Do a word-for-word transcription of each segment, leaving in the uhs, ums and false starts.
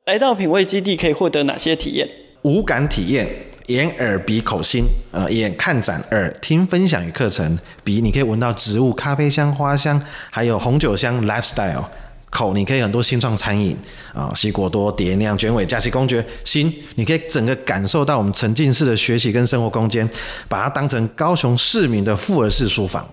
来到品味基地可以获得哪些体验？ 五感体验，眼耳鼻口心，呃，眼看展，耳听分享与课程，鼻你可以闻到植物、咖啡香、花香，还有红酒香 lifestyle。口你可以很多新创餐饮啊，西果多、蝶酿、卷尾、假期公爵。心你可以整个感受到我们沉浸式的学习跟生活空间，把它当成高雄市民的复合式书房。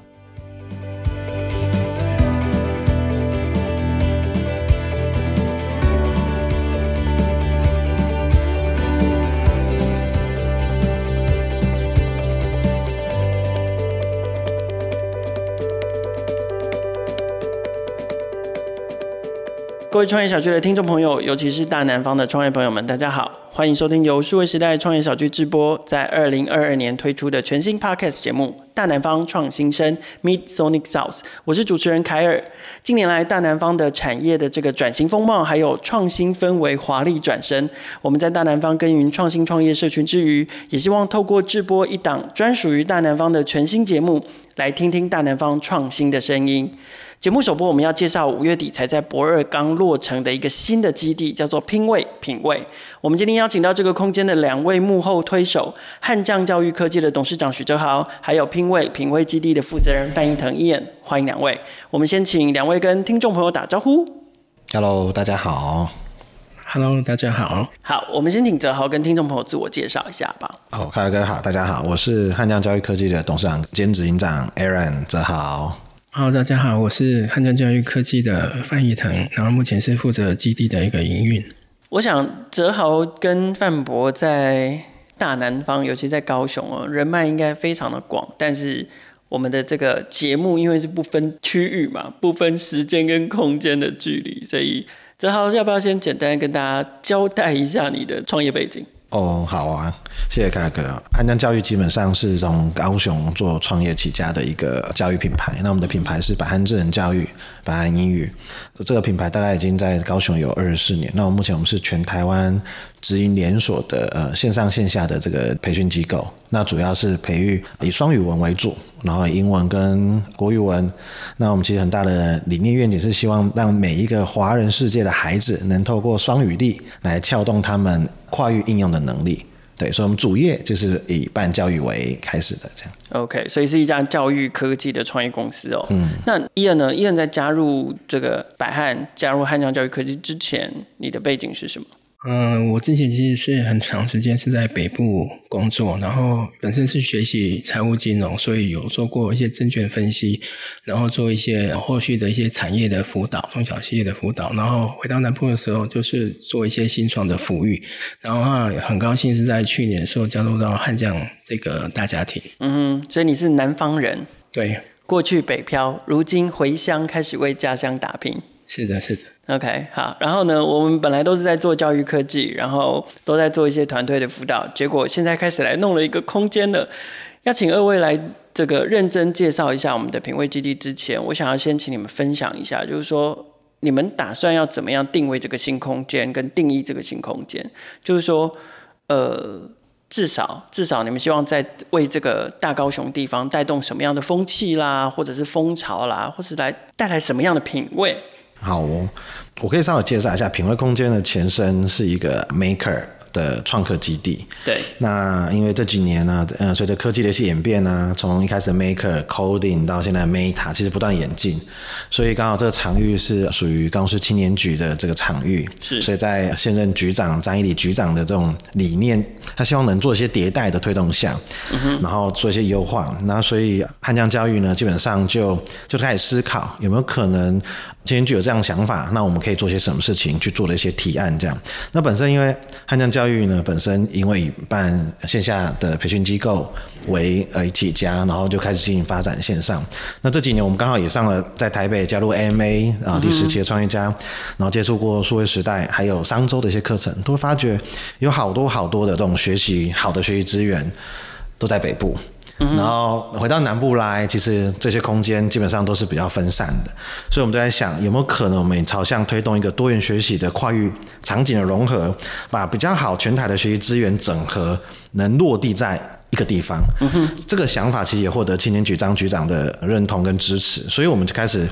各位创业小聚的听众朋友，尤其是大南方的创业朋友们，大家好，欢迎收听由数位时代创业小聚直播在二零二二年推出的全新 Podcast 节目《大南方创新声 Meet Sonic South》，我是主持人凯尔。近年来，大南方的产业的这个转型风貌，还有创新氛围华丽转身。我们在大南方耕耘创新创业社群之余，也希望透过直播一档专属于大南方的全新节目，来听听大南方创新的声音。节目首播，我们要介绍五月底才在博二刚落成的一个新的基地，叫做拼味品味。我们今天邀请到这个空间的两位幕后推手，汉将教育科技的董事长许哲豪，还有拼味品味基地的负责人范逸腾 Ian， 欢迎两位。我们先请两位跟听众朋友打招呼。 Hello， 大家好。 Hello， 大家好。 好，我们先请哲豪跟听众朋友自我介绍一下吧。 好，凯尔哥好，大家好，我是汉将教育科技的董事长兼执行长 Aaron 哲豪。 好，大家好，我是汉将教育科技的范逸腾，然后目前是负责基地的一个营运。 我想哲豪跟范博在大南方，尤其在高雄哦，人脉应该非常的广，但是我们的这个节目因为是不分区域嘛，不分时间跟空间的距离，所以哲豪要不要先简单跟大家交代一下你的创业背景？ 哦，好啊，谢谢凯哥。汉将教育基本上是从高雄做创业起家的一个教育品牌。那我们的品牌是百汉智能教育、百汉英语。这个品牌大概已经在高雄有二十四年。那目前我们是全台湾直营连锁的呃线上线下的这个培训机构。那主要是培育以双语文为主，然后英文跟国语文。那我们其实很大的理念愿景是希望让每一个华人世界的孩子能透过双语力来撬动他们跨域应用的能力。对，所以我们主业就是以办教育为开始的这样。 OK， 所以是一家教育科技的创业公司哦。嗯，那 Ian 呢 ？Ian 在加入这个百汉、加入汉将教育科技之前，你的背景是什么？ 嗯、呃，我之前其实是很长时间是在北部工作，然后本身是学习财务金融，所以有做过一些证券分析，然后做一些后续的一些产业的辅导，中小企业的辅导，然后回到南部的时候就是做一些新创的辅育，然后很高兴是在去年的时候加入到汉将这个大家庭。 嗯，所以你是南方人。 对， 过去北漂，如今回乡开始为家乡打拼。 是的，是的。 OK， 好，然后呢，我们本来都是在做教育科技，然后都在做一些团队的辅导，结果现在开始来弄了一个空间了。要请二位来这个认真介绍一下我们的品味基地之前，我想要先请你们分享一下，就是说你们打算要怎么样定位这个新空间，跟定义这个新空间，就是说，呃。至少，至少你们希望在为这个大高雄地方带动什么样的风气啦，或者是风潮啦，或是来带来什么样的品味？ 好哦，我可以稍微介绍一下，品味空间的前身是一个 Maker 的创客基地。 对， 那因为这几年呢、啊，呃，随着科技的一些演变啊，从一开始 Maker、Coding 到现在 Meta， 其实不断演进，所以刚好这个场域是属于高雄市青年局的这个场域， 是， 所以在现任局长张一礼局长的这种理念，他希望能做一些迭代的推动下，嗯、然后做一些优化，然后所以汉将教育呢，基本上就就开始思考有没有可能青年局有这样的想法，那我们可以做些什么事情去做了一些提案这样。那本身因为汉将教育呢，本身因为以办线下的培训机构为呃起家，然后就开始进行发展线上。那这几年我们刚好也上了在台北加入 A M A 啊、呃、第十期的创业家，然后接触过数位时代还有商周的一些课程，都会发觉有好多好多的这种学习好的学习资源都在北部。然后回到南部来，其实这些空间基本上都是比较分散的，所以我们就在想有没有可能我们朝向推动一个多元学习的跨域场景的融合，把比较好全台的学习资源整合能落地在一个地方、嗯、这个想法其实也获得青年局张局长的认同跟支持，所以我们就开始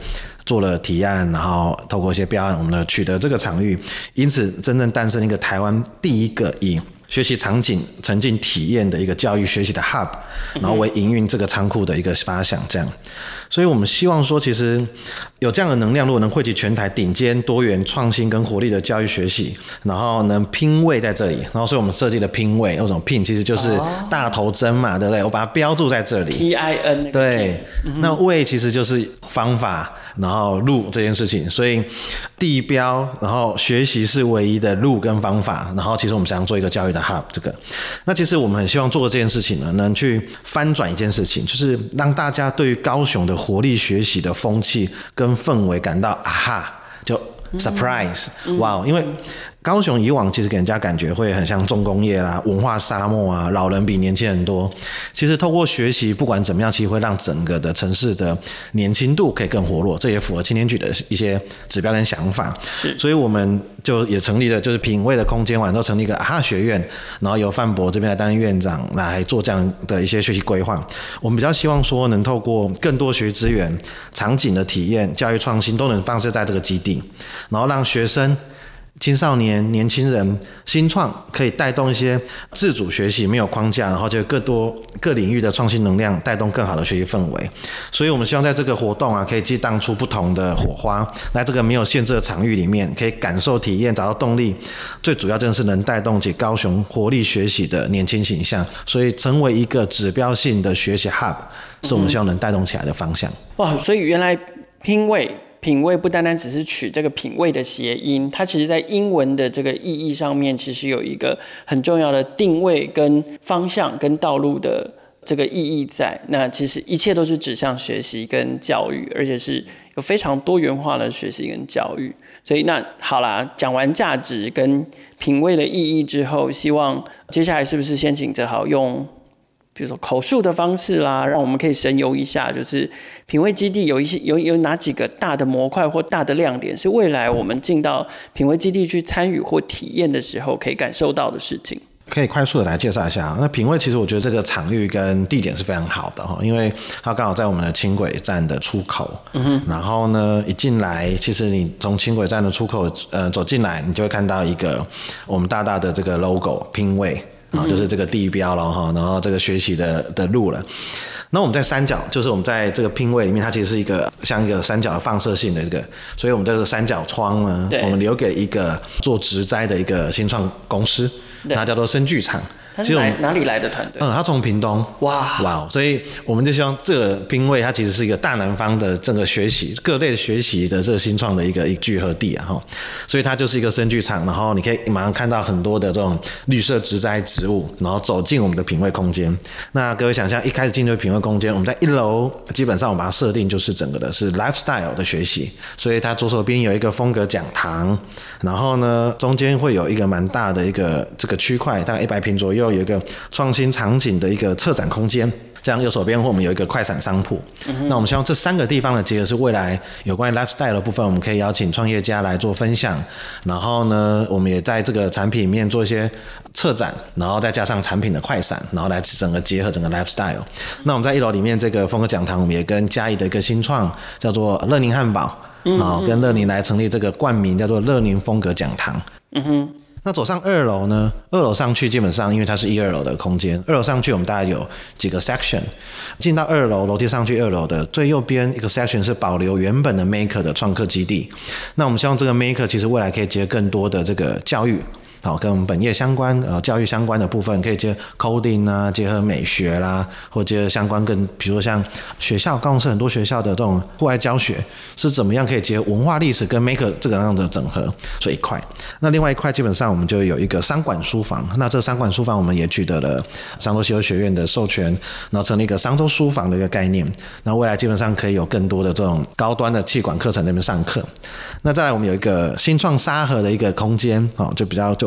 做了提案，然后透过一些标案，我们呢取得这个场域，因此真正诞生一个台湾第一个以学习场景沉浸体验的一个教育学习的 hub， 然后为营运这个仓库的一个发想，这样。所以我们希望说，其实有这样的能量，如果能汇集全台顶尖、多元、创新跟活力的教育学习，然后能拼位在这里，然后所以我们设计的拼位，为什么拼其实就是大头针嘛，对不对？我把它标注在这里 ，P I N 对，那位其实就是方法。然后路这件事情，所以地标，然后学习是唯一的路跟方法，然后其实我们想做一个教育的 hub 这个，那其实我们很希望做的这件事情呢，能去翻转一件事情，就是让大家对于高雄的活力学习的风气跟氛围感到啊哈，就 surprise， 哇、嗯 wow, 因为高雄以往其实给人家感觉会很像重工业啦、文化沙漠啊，老人比年轻人多。其实透过学习，不管怎么样，其实会让整个的城市的年轻度可以更活络，这也符合青年局的一些指标跟想法。所以我们就也成立了就是品味的空间，完之后成立一个啊哈学院，然后由范博这边来担任院长来做这样的一些学习规划。我们比较希望说，能透过更多学习资源、场景的体验、教育创新，都能放射在这个基地，然后让学生。青少年、年轻人新创可以带动一些自主学习，没有框架，然后就更多各领域的创新能量，带动更好的学习氛围。所以我们希望在这个活动啊，可以激荡出不同的火花，在这个没有限制的场域里面，可以感受、体验、找到动力。最主要真的是能带动起高雄活力学习的年轻形象，所以成为一个指标性的学习 hub， 是我们希望能带动起来的方向。 哇，所以原来拼位。品味不单单只是取这个品味的谐音，它其实在英文的这个意义上面，其实有一个很重要的定位跟方向跟道路的这个意义在。那其实一切都是指向学习跟教育，而且是有非常多元化的学习跟教育。所以那好啦，讲完价值跟品味的意义之后，希望接下来是不是先请哲豪用比如说口述的方式啦，让我们可以神游一下，就是品味基地有一些有有哪几个大的模块或大的亮点，是未来我们进到品味基地去参与或体验的时候可以感受到的事情。 可以快速的来介绍一下。那品味其实我觉得这个场域跟地点是非常好的，因为它刚好在我们的轻轨站的出口。嗯哼。然后呢，一进来，其实你从轻轨站的出口呃走进来，你就会看到一个我们大大的这个 logo 品味。啊，就是这个地标了哈，然后这个学习的的路了。那我们在三角，就是我们在这个拼位里面，它其实是一个像一个三角的放射性的这个，所以我们这个三角窗呢，我们留给一个做植栽的一个新创公司，它叫做生剧场。 它是哪哪里来的团队？ 嗯，他从屏东。 哇哇！所以我们就希望这个拼位，它其实是一个大南方的整个学习各类的学习的这个新创的一个一个聚合地啊哈。所以它就是一个生剧场，然后你可以马上看到很多的这种绿色植栽植物，然后走进我们的品味空间。那各位想象，一开始进入品味空间，我们在一楼基本上我们把它设定就是整个的是 lifestyle 的学习，所以它左手边有一个风格讲堂，然后呢中间会有一个蛮大的一个这个区块，大概一百平左右。有一个创新场景的一个策展空间，这样右手边我们有一个快闪商铺。嗯、那我们希望这三个地方的结合是未来有关于 lifestyle 的部分，我们可以邀请创业家来做分享，然后呢，我们也在这个产品里面做一些策展，然后再加上产品的快闪，然后来整个结合整个 lifestyle。那我们在一楼里面这个风格讲堂，我们也跟嘉义的一个新创叫做乐宁汉堡，嗯嗯跟乐宁来成立这个冠名叫做乐宁风格讲堂。嗯哼。那走上二楼呢？二楼上去基本上因为它是一二楼的空间，二楼上去我们大概有几个 section。进到二楼，楼梯上去二楼的最右边一个 section 是保留原本的 Maker 的创客基地。那我们希望这个 Maker 其实未来可以结合更多的这个教育。好，跟我们本业相关、呃教育相关的部分，可以结合 coding 啊，结合美学啦，或结合相关跟，比如说像学校，高雄市很多学校的这种户外教学是怎么样可以结合文化历史跟 maker 这个样的整合，所以一块。那另外一块基本上我们就有一个商管书房，那这个商管书房我们也取得了商周西欧学院的授权，然后成立一个商周书房的一个概念。那未来基本上可以有更多的这种高端的企管课程在那边上课。那再来我们有一个新创沙盒的一个空间，哦，就比较就。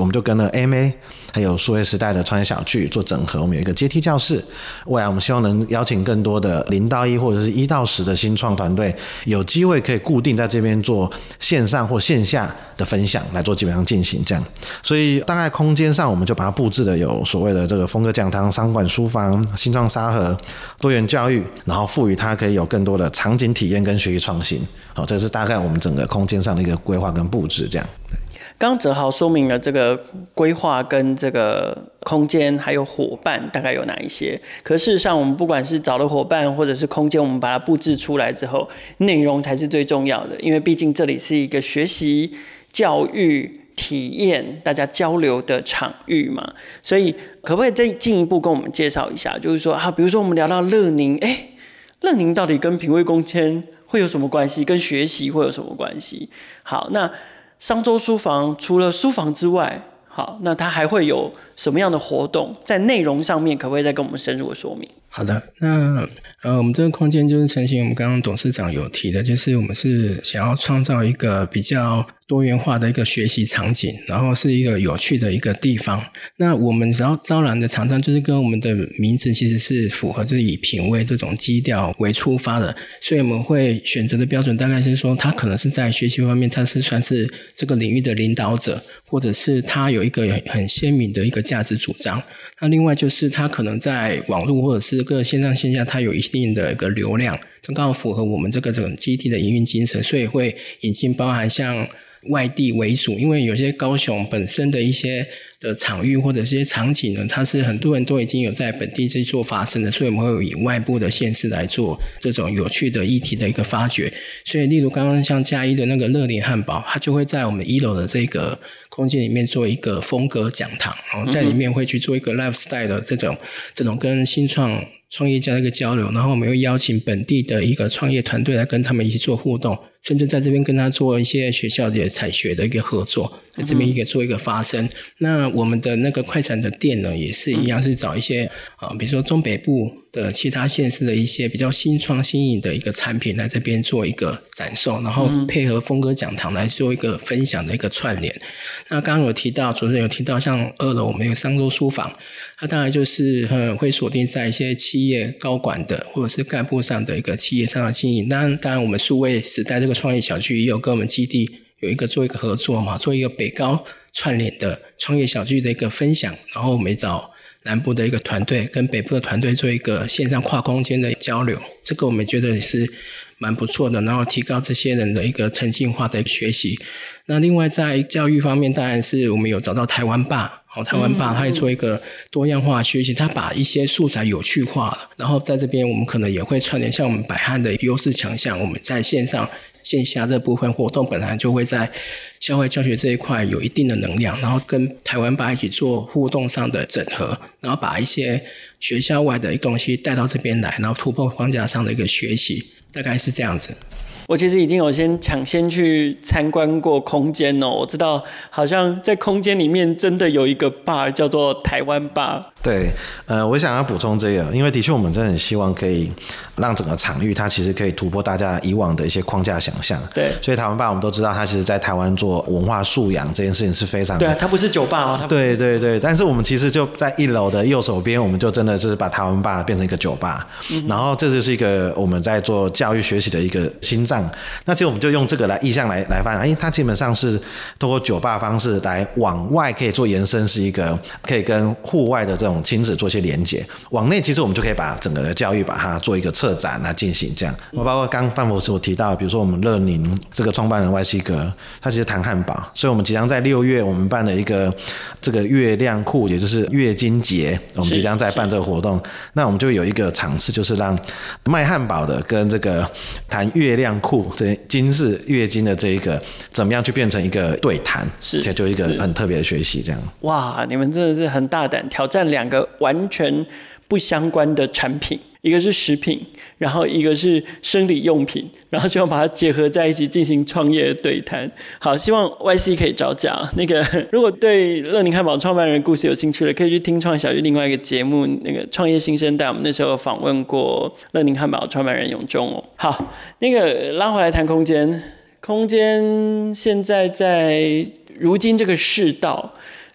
我们就跟了 A M A 还有数位时代的创业小聚做整合，我们有一个阶梯教室。未来我们希望能邀请更多的零到一或者是一到十的新创团队，有机会可以固定在这边做线上或线下的分享来做基本上进行这样。所以大概空间上我们就把它布置的有所谓的这个风格讲堂、商管书房、新创沙盒、多元教育，然后赋予它可以有更多的场景体验跟学习创新。好，这是大概我们整个空间上的一个规划跟布置这样。 刚刚哲豪说明了这个规划跟这个空间还有伙伴大概有哪一些，可事实上我们不管是找了伙伴或者是空间，我们把它布置出来之后，内容才是最重要的，因为毕竟这里是一个学习教育体验大家交流的场域嘛。所以可不可以再进一步跟我们介绍一下，就是说啊，比如说我们聊到乐宁，哎，乐宁到底跟品味空间会有什么关系，跟学习会有什么关系？好，那商周书房除了书房之外，好，那它还会有什么样的活动？在内容上面，可不可以再跟我们深入的说明？ 好的，那呃，我们这个空间就是呈现我们刚刚董事长有提的，就是我们是想要创造一个比较多元化的一个学习场景，然后是一个有趣的一个地方。那我们只要招揽的厂商就是跟我们的名字其实是符合，就是以品味这种基调为出发的，所以我们会选择的标准大概是说，他可能是在学习方面他是算是这个领域的领导者，或者是他有一个很鲜明的一个价值主张。那另外就是他可能在网络或者是各线上线下他有一定的一个流量，这刚好符合我们这个这种基地的营运精神，所以会引进包含像外地为主，因为有些高雄本身的一些的场域或者是一些场景呢，它是很多人都已经有在本地去做发生的，所以我们会有以外部的县市来做这种有趣的议题的一个发掘。所以例如刚刚像嘉义的那个乐林汉堡，它就会在我们一楼的这个空间里面做一个风格讲堂，在里面会去做一个 lifestyle 的这种这种跟新创创业家的一个交流，然后我们会邀请本地的一个创业团队来跟他们一起做互动，甚至在这边跟他做一些学校的产学的一个合作，在这边一个做一个发声。嗯、那我们的那个快闪的店呢，也是一样，是找一些啊、呃，比如说中北部的其他县市的一些比较新创新颖的一个产品来这边做一个展售，然后配合风格讲堂来做一个分享的一个串联。那刚刚有提到，主持人有提到像二楼我们有个商周书房，它当然就是呃会锁定在一些企业高管的或者是干部上的一个企业上的经营。当然，当然我们数位时代这个创业小聚也有跟我们基地有一个做一个合作嘛，做一个北高串联的创业小聚的一个分享，然后我们也找南部的一个团队跟北部的团队做一个线上跨空间的交流，这个我们觉得也是蛮不错的，然后提高这些人的一个沉浸化的一个学习。那另外在教育方面，当然是我们有找到台湾吧，好，台湾吧它也做一个多样化学习，它把一些素材有趣化了，然后在这边我们可能也会串联像我们百汉的优势强项，我们在线上线下这部分活动本来就会在校外教学这一块有一定的能量，然后跟台湾吧一起做互动上的整合，然后把一些学校外的东西带到这边来，然后突破框架上的一个学习，大概是这样子。 我其实已经有先抢先去参观过空间哦，我知道好像在空间里面真的有一个 bar 叫做台湾 bar。 对，呃，我想要补充这个，因为的确我们真的很希望可以让整个场域它其实可以突破大家以往的一些框架想象。 对， 所以台湾吧我们都知道，它其实在台湾做文化素养这件事情是非常对啊，它不是酒吧哦。 对对对，但是我们其实就在一楼的右手边，我们就真的是把台湾吧变成一个酒吧，嗯、然后这就是一个我们在做教育学习的一个心脏。那其实我们就用这个来意向来来发展，哎，它基本上是透过酒吧方式来往外可以做延伸，是一个可以跟户外的这种亲子做一些连结。往内其实我们就可以把整个的教育把它做一个策展来进行这样。包括刚范博士我提到，比如说我们乐宁这个创办人 Y C 哥，他其实谈汉堡，所以我们即将在六月我们办的一个这个月亮库，也就是月经节，我们即将在办这个活动。那我们就有一个场次，就是让卖汉堡的跟这个谈月亮库这金氏月经的这一个怎么样去变成一个对谈， 是， 这就一个很特别的学习这样。 哇，你们真的是很大胆，挑战两个完全不相关的产品，一个是食品，然后一个是生理用品，然后希望把它结合在一起进行创业的对谈。好，希望 Y C 可以找讲。那个如果对乐宁汉堡创办人故事有兴趣的，可以去听创业小聚另外一个节目，那个创业新生代，我们那时候访问过乐宁汉堡创办人永忠哦。好，那个拉回来谈空间，空间现在在如今这个世道，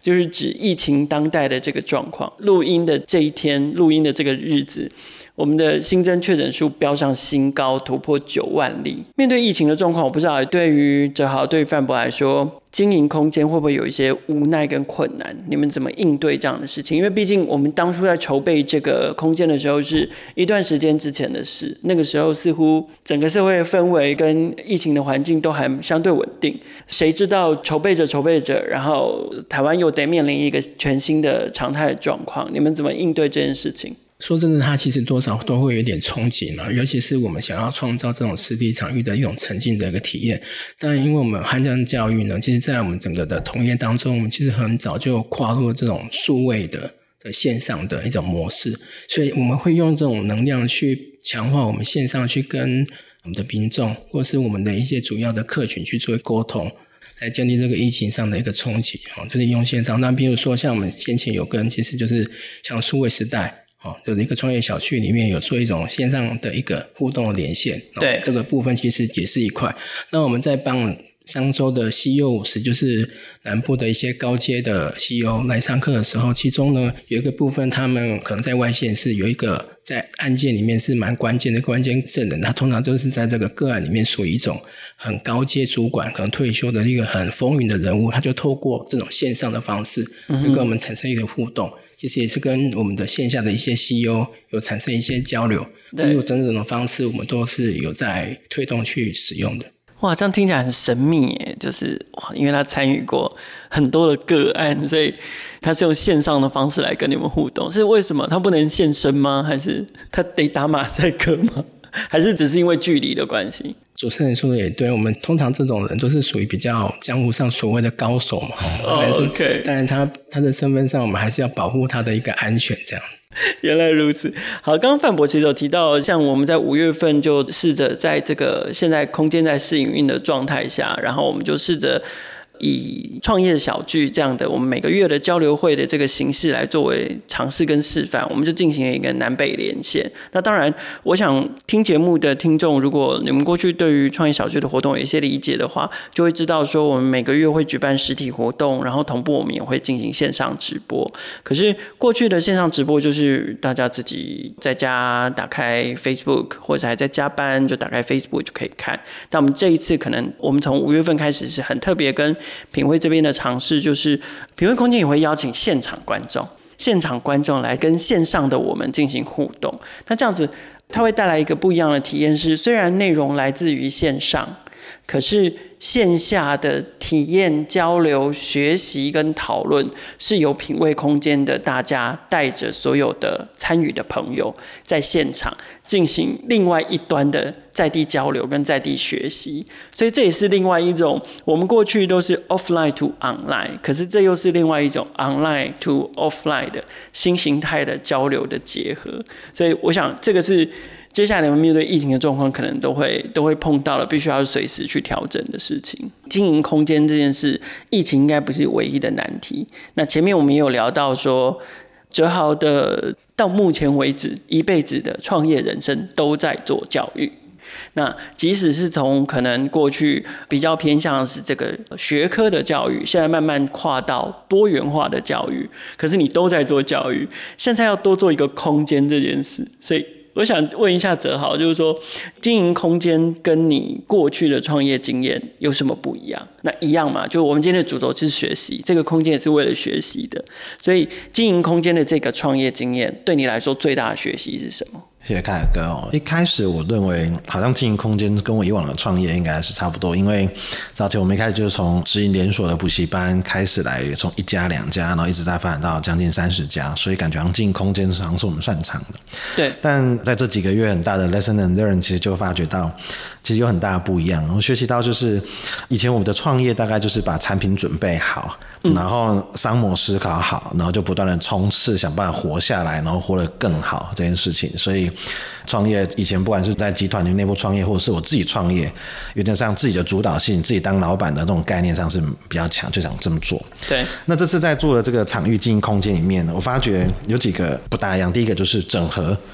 就是指疫情当代的这个状况。录音的这一天，录音的这个日子，我们的新增确诊数飙上新高，突破九万例。面对疫情的状况，我不知道对于哲豪、对于范博来说，经营空间会不会有一些无奈跟困难？你们怎么应对这样的事情？因为毕竟我们当初在筹备这个空间的时候，是一段时间之前的事。那个时候似乎整个社会氛围跟疫情的环境都还相对稳定。谁知道筹备着筹备着，然后台湾又得面临一个全新的常态的状况。你们怎么应对这件事情？ 说真的，它其实多少都会有点冲击嘛，尤其是我们想要创造这种实体场域的一种沉浸的一个体验。但因为我们汉江教育呢，其实在我们整个的同业当中，我们其实很早就跨入这种数位的的线上的一种模式，所以我们会用这种能量去强化我们线上去跟我们的民众或是我们的一些主要的客群去做沟通，来降低这个疫情上的一个冲击，就是用线上。那比如说像我们先前有跟，其实就是像数位时代哦，就是一个创业小区里面有做一种线上的一个互动的连线， 对、 哦、这个部分其实也是一块。那我们在帮上周的 C E O 五十，就是南部的一些高阶的 C E O 来上课的时候，其中呢有一个部分他们可能在外县市有一个在案件里面是蛮关键的关键证人，他通常都是在这个个案里面属于一种很高阶主管可能退休的一个很风云的人物，他就透过这种线上的方式就跟我们产生一个互动，其实也是跟我们的线下的一些 C E O 有产生一些交流，因为整种的方式我们都是有在推动去使用的。 哇，这样听起来很神秘耶，就是哇，因为他参与过很多的个案，所以他是用线上的方式来跟你们互动。是为什么？他不能现身吗？还是他得打马赛克吗？还是只是因为距离的关系？ 主持人说的也对，我们通常这种人都是属于比较江湖上所谓的高手嘛。 哦 ，OK。 但是他他的身份上，我们还是要保护他的一个安全，这样。 原来如此。好，刚刚范博其实有提到，像我们在五月份就试着在这个现在空间在试营运的状态下，然后我们就试着以创业小聚这样的我们每个月的交流会的这个形式来作为尝试跟示范，我们就进行了一个南北连线。那当然我想听节目的听众，如果你们过去对于创业小聚的活动有一些理解的话，就会知道说我们每个月会举办实体活动，然后同步我们也会进行线上直播。可是过去的线上直播就是大家自己在家打开 Facebook， 或者还在加班就打开 Facebook 就可以看。但我们这一次可能我们从五月份开始是很特别跟品味这边的尝试，就是品味空间也会邀请现场观众现场观众来跟线上的我们进行互动。那这样子它会带来一个不一样的体验，是虽然内容来自于线上，可是线下的体验、交流、学习跟讨论是由品味空间的大家带着所有的参与的朋友在现场进行另外一端的在地交流跟在地学习。所以这也是另外一种我们过去都是 offline to online， 可是这又是另外一种 online to offline 的新形态的交流的结合。所以我想这个是接下来你们面对疫情的状况可能都会都会碰到了，必须要随时去调整的事情。经营空间这件事，疫情应该不是唯一的难题。那前面我们也有聊到说，哲豪的到目前为止一辈子的创业人生都在做教育。那即使是从可能过去比较偏向是这个学科的教育，现在慢慢跨到多元化的教育，可是你都在做教育，现在要多做一个空间这件事。所以我想问一下哲豪，就是说经营空间跟你过去的创业经验有什么不一样？那一样嘛，就我们今天的主轴是学习，这个空间也是为了学习的，所以经营空间的这个创业经验对你来说最大的学习是什么？ 谢谢凯尔哥哦。一开始我认为好像经营空间跟我以往的创业应该是差不多，因为早期我们一开始就是从直营连锁的补习班开始来，从一家两家，然后一直在发展到将近三十家，所以感觉好像经营空间好像是我们擅长的。 对。但在这几个月很大的 lesson and learn， 其实就发觉到其实有很大的不一样。我学习到就是以前我们的创业大概就是把产品准备好，然后商模思考好，然后就不断的冲刺，想办法活下来，然后活得更好这件事情。所以创业以前不管是在集团内部创业，或者是我自己创业，有点像自己的主导性，自己当老板的那种概念上是比较强，就想这么做。 对。 那这次在做的这个场域经营空间里面呢，我发觉有几个不大一样。第一个就是整合。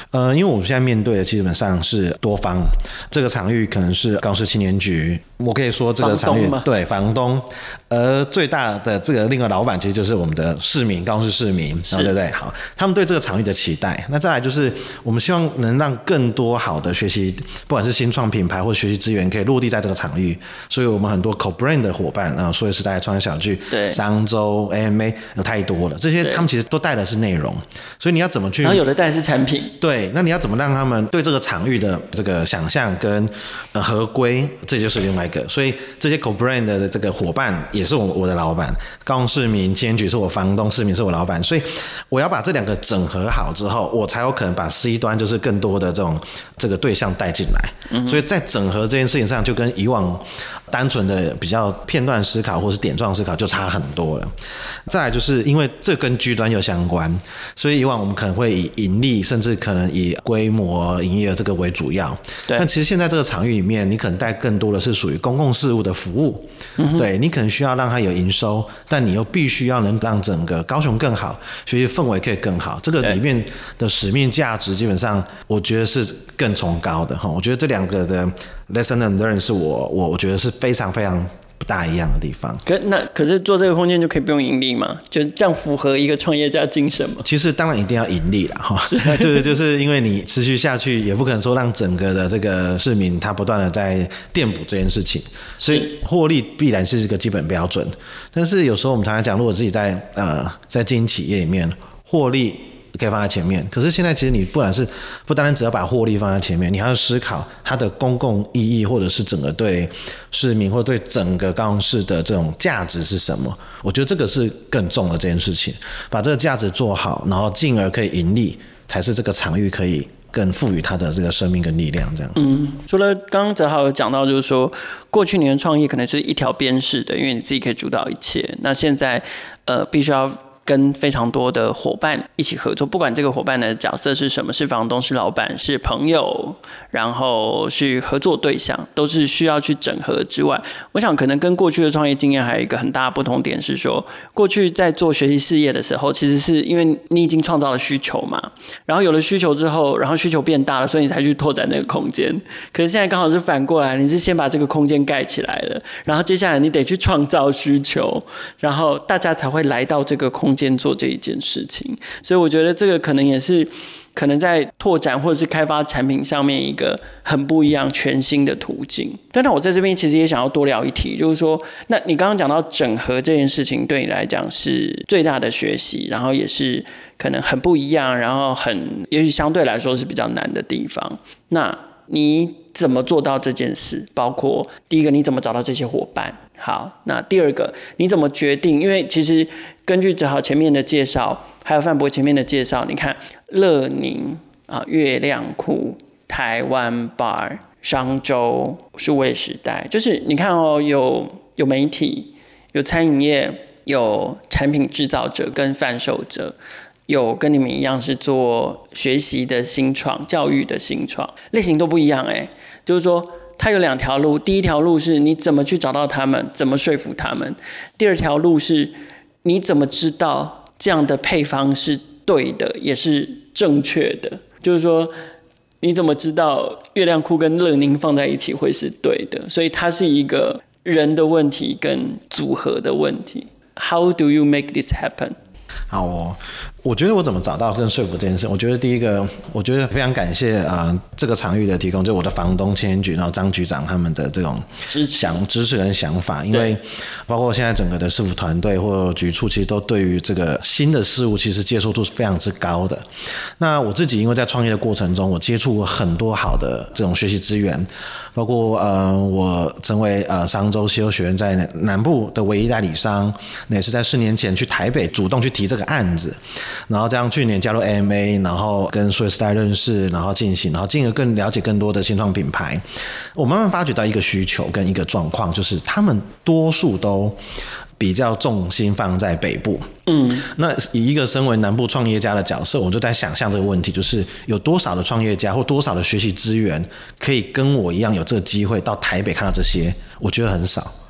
呃，因为我们现在面对的基本上是多方，这个场域可能是高雄市青年局，我可以说这个场域房对房东，而最大的这个另外老板其实就是我们的市民，高雄市市民，对不对？好，他们对这个场域的期待。那再来就是我们希望能让更多好的学习，不管是新创品牌或学习资源，可以落地在这个场域。所以我们很多 co-brand 的伙伴啊，数位时代、创业小聚、商周、A M A 有太多了，这些他们其实都带的是内容，所以你要怎么去？ 然后有的带的是产品， 对，那你要怎么让他们对这个场域的这个想象跟呃合规，这就是另外一个。所以这些 co-brand 的这个伙伴也是我我的老板，高雄市民、青年局是我房东，市民是我老板，所以我要把这两个整合好之后，我才有可能把 C 端就是更多的这种这个对象带进来。嗯、所以在整合这件事情上，就跟以往单纯的比较片段思考或是点状思考就差很多了。再来就是因为这跟 G 端有相关，所以以往我们可能会以盈利，甚至可能以规模营业额这个为主要。但其实现在这个场域里面，你可能带更多的是属于公共事务的服务。嗯、对，你可能需要让它有营收，但你又必须要能让整个高雄更好，学习氛围可以更好。这个里面的使命价值，基本上我觉得是更崇高的哈。我觉得这两个的 lesson and learn 是我我我觉得是非常非常不大一样的地方。 可那可是做这个空间就可以不用盈利吗？就这样符合一个创业家精神吗？ 其实当然一定要盈利啦哈，就是就是因为你持续下去，也不可能说让整个的这个市民他不断的在垫补这件事情，所以获利必然是一个基本标准。但是有时候我们常常讲，如果自己在呃在经营企业里面获利可以放在前面，可是现在其实你不然是不单单只要把获利放在前面，你还要思考它的公共意义，或者是整个对市民或者对整个高雄市的这种价值是什么。我觉得这个是更重的这件事情，把这个价值做好，然后进而可以盈利，才是这个场域可以更赋予它的这个生命跟力量这样。 嗯，除了刚刚哲豪有讲到，就是说过去你的创业可能是一条边式的，因为你自己可以主导一切，那现在呃必须要跟非常多的伙伴一起合作，不管这个伙伴的角色是什么，是房东、是老板、是朋友，然后是合作对象，都是需要去整合之外，我想可能跟过去的创业经验还有一个很大的不同点是说，过去在做学习事业的时候，其实是因为你已经创造了需求嘛，然后有了需求之后，然后需求变大了，所以你才去拓展那个空间。可是现在刚好是反过来，你是先把这个空间盖起来了，然后接下来你得去创造需求，然后大家才会来到这个空间做这一件事情。所以我觉得这个可能也是可能在拓展或者是开发产品上面一个很不一样全新的途径。但是我在这边其实也想要多聊一题，就是说那你刚刚讲到整合这件事情对你来讲是最大的学习，然后也是可能很不一样，然后很也许相对来说是比较难的地方。那你怎么做到这件事？包括第一个你怎么找到这些伙伴，好，那第二个你怎么决定？因为其实根据哲豪前面的介绍，还有范博前面的介绍，你看乐宁啊、月亮库、台湾 bar、商周、数位时代，就是你看哦，有有媒体，有餐饮业，有产品制造者跟贩售者，有跟你们一样是做学习的新创、教育的新创，类型都不一样哎。就是说，它有两条路，第一条路是你怎么去找到他们，怎么说服他们；第二条路是你怎么知道这样的配方是对的，也是正确的。就是说，你怎么知道月亮库跟乐宁放在一起会是对的？所以它是一个人的问题跟组合的问题。How do you make this happen？ 好哦，我觉得我怎么找到跟说服这件事，我觉得第一个，我觉得非常感谢啊、呃、这个场域的提供，就是我的房东青年局，然后张局长他们的这种想支持跟想法，因为包括现在整个的市府团队或局处，其实都对于这个新的事物其实接受度是非常之高的。那我自己因为在创业的过程中，我接触过很多好的这种学习资源，包括呃我成为呃商周 C E O 学院在南部的唯一代理商，那也是在四年前去台北主动去提这个案子，然后这样去年加入 A M A， 然后跟数位时代认识，然后进行，然后进而更了解更多的新创品牌。我慢慢发觉到一个需求跟一个状况，就是他们多数都比较重心放在北部。嗯，那以一个身为南部创业家的角色，我就在想象这个问题，就是有多少的创业家或多少的学习资源可以跟我一样有这个机会到台北看到这些，我觉得很少。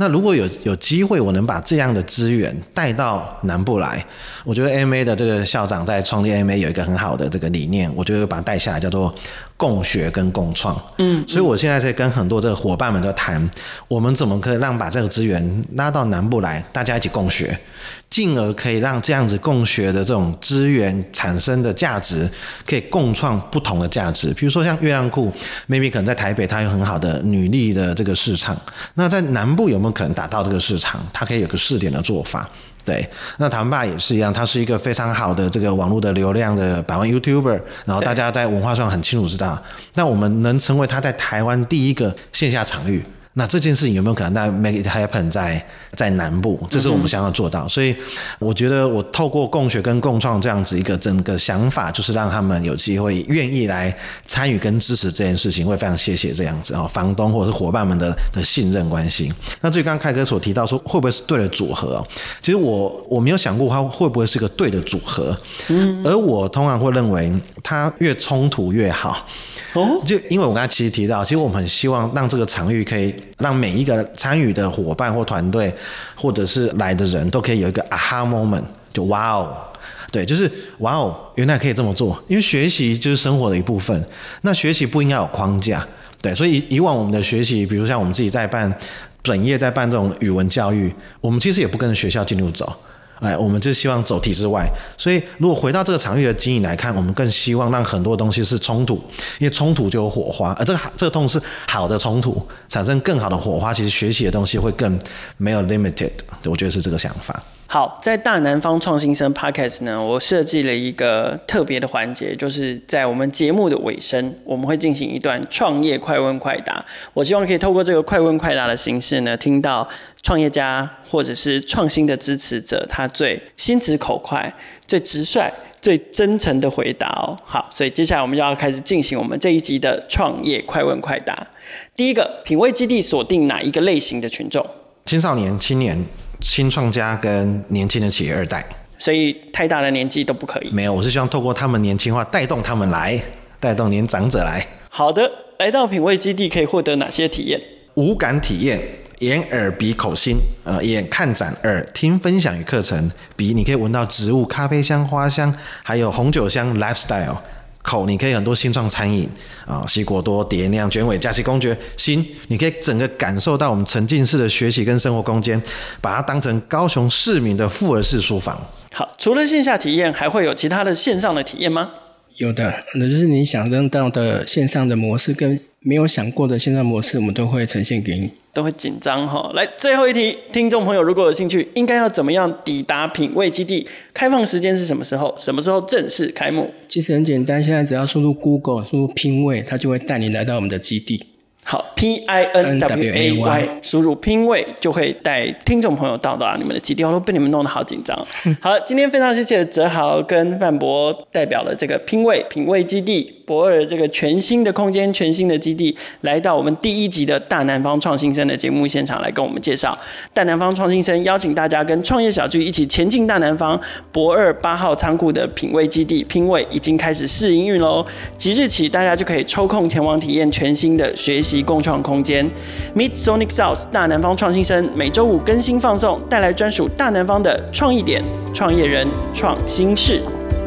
那如果有有机会，我能把这样的资源带到南部来，我觉得 A M A 的这个校长在创立 A M A 有一个很好的这个理念，我就会把它带下来，叫做共学跟共创。嗯，所以我现在在跟很多这个伙伴们在谈，我们怎么可以让把这个资源拉到南部来，大家一起共学，进而可以让这样子共学的这种资源产生的价值，可以共创不同的价值。比如说像月亮库 ，maybe 可能在台北它有很好的女力的这个市场，那在南部有没有可能打到这个市场？它可以有个试点的做法。对，那台湾吧也是一样，它是一个非常好的这个网络的流量的百万 YouTuber， 然后大家在文化上很清楚知道，那我们能成为它在台湾第一个线下场域。那这件事情有没有可能在 make it happen 在在南部？这是我们想要做到，所以我觉得我透过共学跟共创这样子一个整个想法，就是让他们有机会愿意来参与跟支持这件事情，会非常谢谢这样子哦，房东或者是伙伴们的的信任关系。那至于刚刚凯哥所提到说会不会是对的组合哦，其实我我没有想过它会不会是个对的组合，嗯，而我通常会认为它越冲突越好。哦，就因为我刚才其实提到，其实我们很希望让这个场域可以让每一个参与的伙伴或团队，或者是来的人都可以有一个 aha moment， 就哇哦，对，就是哇哦，原来可以这么做。因为学习就是生活的一部分，那学习不应该有框架，对，所以以往我们的学习，比如像我们自己在办本业在办这种语文教育，我们其实也不跟着学校进度走。哎，我们就希望走体制外，所以如果回到这个场域的经营来看，我们更希望让很多东西是冲突，因为冲突就有火花，而这个这个痛是好的冲突，产生更好的火花，其实学习的东西会更没有 limited， 我觉得是这个想法。 好，在大南方创新生 Podcast 呢，我设计了一个特别的环节，就是在我们节目的尾声，我们会进行一段创业快问快答。我希望可以透过这个快问快答的形式呢，听到创业家或者是创新的支持者，他最心直口快、最直率、最真诚的回答哦。好，所以接下来我们就要开始进行我们这一集的创业快问快答。第一个，品味基地锁定哪一个类型的群众？ 青少年、青年、新创家跟年轻的企业二代。 所以太大的年纪都不可以？ 没有，我是希望透过他们年轻化，带动他们来，带动年长者来。 好的，来到品味基地可以获得哪些体验？ 五感体验。眼耳鼻口心，呃，眼看展，耳听分享与课程，鼻你可以闻到植物、咖啡香、花香，还有红酒香 lifestyle。口你可以很多新创餐饮啊，西果多、蝶酿、卷尾、佳琪公爵。心你可以整个感受到我们沉浸式的学习跟生活空间，把它当成高雄市民的复合式书房。 好，除了线下体验，还会有其他的线上的体验吗？ 有的，那就是你想象到的线上的模式跟没有想过的线上模式，我们都会呈现给你。 都会紧张哈。来，最后一题，听众朋友如果有兴趣，应该要怎么样抵达品味基地？开放时间是什么时候？什么时候正式开幕？ 其实很简单，现在只要输入 Google， 输入拼位，它就会带你来到我们的基地。 好 ，P I N W A Y， 输入拼位就会带听众朋友到达你们的基地。我都被你们弄得好紧张。好了，今天非常谢谢哲豪跟范博代表了这个拼位品味基地博二这个全新的空间、全新的基地，来到我们第一集的大南方创新生的节目现场来跟我们介绍大南方创新生，邀请大家跟创业小聚一起前进大南方。博二八号仓库的品味基地拼位已经开始试营运喽，即日起大家就可以抽空前往体验全新的学习共创空间。Meet Sonic South 大南方创新生每周五更新放送，带来专属大南方的创意点、创业人、创新事。